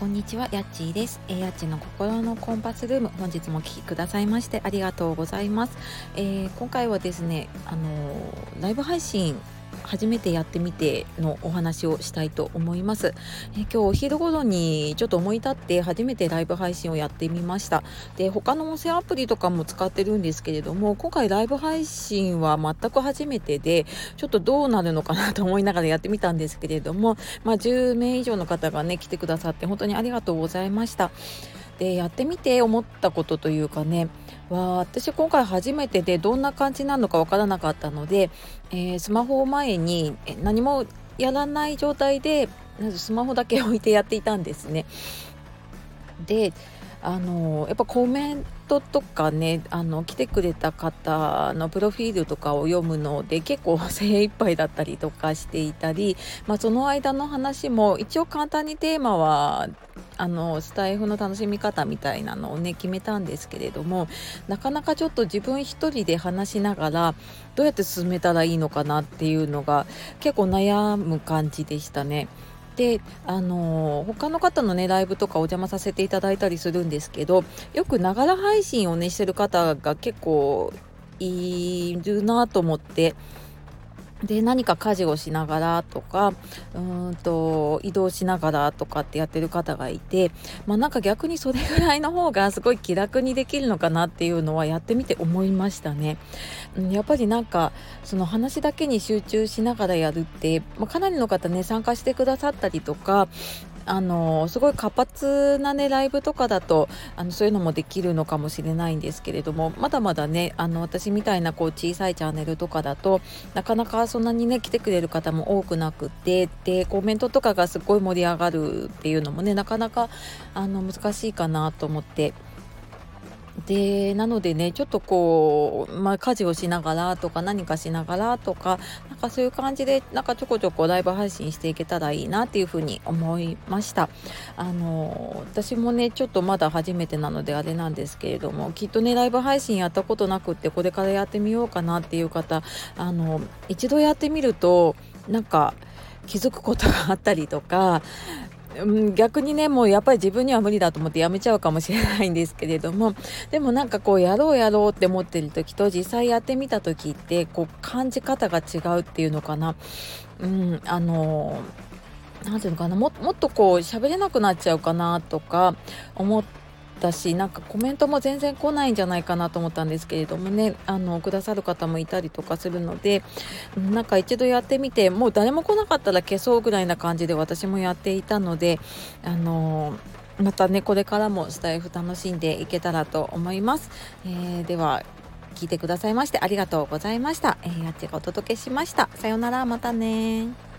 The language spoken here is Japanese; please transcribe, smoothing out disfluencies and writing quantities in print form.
こんにちは、やっちーです。やっちの心のコンパスルーム、本日もお聞きくださいましてありがとうございます。今回はですね、ライブ配信初めてやってみてのお話をしたいと思います。今日お昼頃にちょっと思い立って初めてライブ配信をやってみました。で、他の音声アプリとかも使ってるんですけれども、今回ライブ配信は全く初めてで、ちょっとどうなるのかなと思いながらやってみたんですけれども、10名以上の方がね来てくださって本当にありがとうございました。で、やってみて思ったことというかね、私今回初めてでどんな感じなのかわからなかったので、スマホを前に何もやらない状態でまずスマホだけ置いてやっていたんですね。で、やっぱコメントとかね、来てくれた方のプロフィールとかを読むので結構精一杯だったりとかしていたり、その間の話も一応簡単にテーマはスタイフの楽しみ方みたいなのをね決めたんですけれども、なかなかちょっと自分一人で話しながらどうやって進めたらいいのかなっていうのが結構悩む感じでしたね。で、他の方のねライブとかお邪魔させていただいたりするんですけど、よくながら配信をねしてる方が結構いるなと思って、で、何か家事をしながらとか移動しながらとかってやってる方がいて、なんか逆にそれぐらいの方がすごい気楽にできるのかなっていうのはやってみて思いましたね。やっぱりなんかその話だけに集中しながらやるって、かなりの方ね参加してくださったりとか、すごい活発なねライブとかだとそういうのもできるのかもしれないんですけれども、まだまだね私みたいなこう小さいチャンネルとかだとなかなかそんなにね来てくれる方も多くなくて、でコメントとかがすごい盛り上がるっていうのもねなかなか難しいかなと思って、でなのでねちょっとこう、家事をしながらとか何かしながらとか、なんかそういう感じでなんかちょこちょこライブ配信していけたらいいなっていうふうに思いました。私もねちょっとまだ初めてなのであれなんですけれども、きっとねライブ配信やったことなくってこれからやってみようかなっていう方、一度やってみるとなんか気づくことがあったりとか、逆にねもうやっぱり自分には無理だと思ってやめちゃうかもしれないんですけれども、でもなんかこうやろうやろうって思ってる時と実際やってみた時ってこう感じ方が違うっていうのかな。なんていうのかな、もっとこう喋れなくなっちゃうかなとか思ったし、なんかコメントも全然来ないんじゃないかなと思ったんですけれどもね、くださる方もいたりとかするので、なんか一度やってみてもう誰も来なかったら消そうぐらいな感じで私もやっていたので、またねこれからもスタイフ楽しんでいけたらと思います。では聞いてくださいましてありがとうございました。やっちがお届けしました。さようなら、またね。